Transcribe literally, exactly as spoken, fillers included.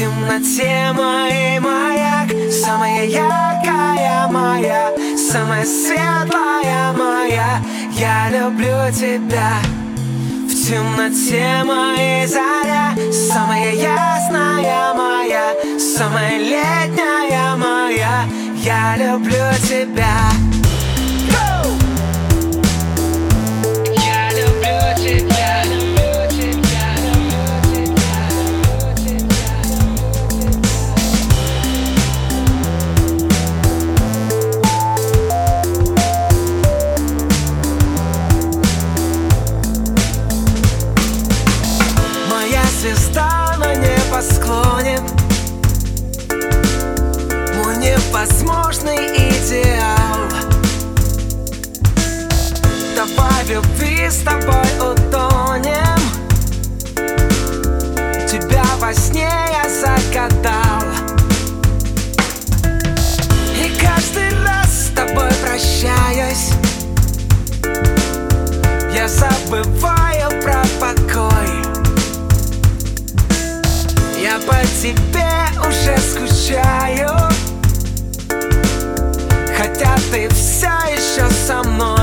темноте мой маяк, самая яркая моя, самая светлая моя. Я люблю тебя. В темноте моей заря, самая ясная моя, самая летняя моя. Я люблю тебя. Звезда на небосклоне, мой невозможный идеал. Давай в любви с тобой утонем. Тебя во сне я загадал, и каждый раз с тобой прощаюсь, я забываю про покой. Я по тебе уже скучаю, хотя ты все еще со мной.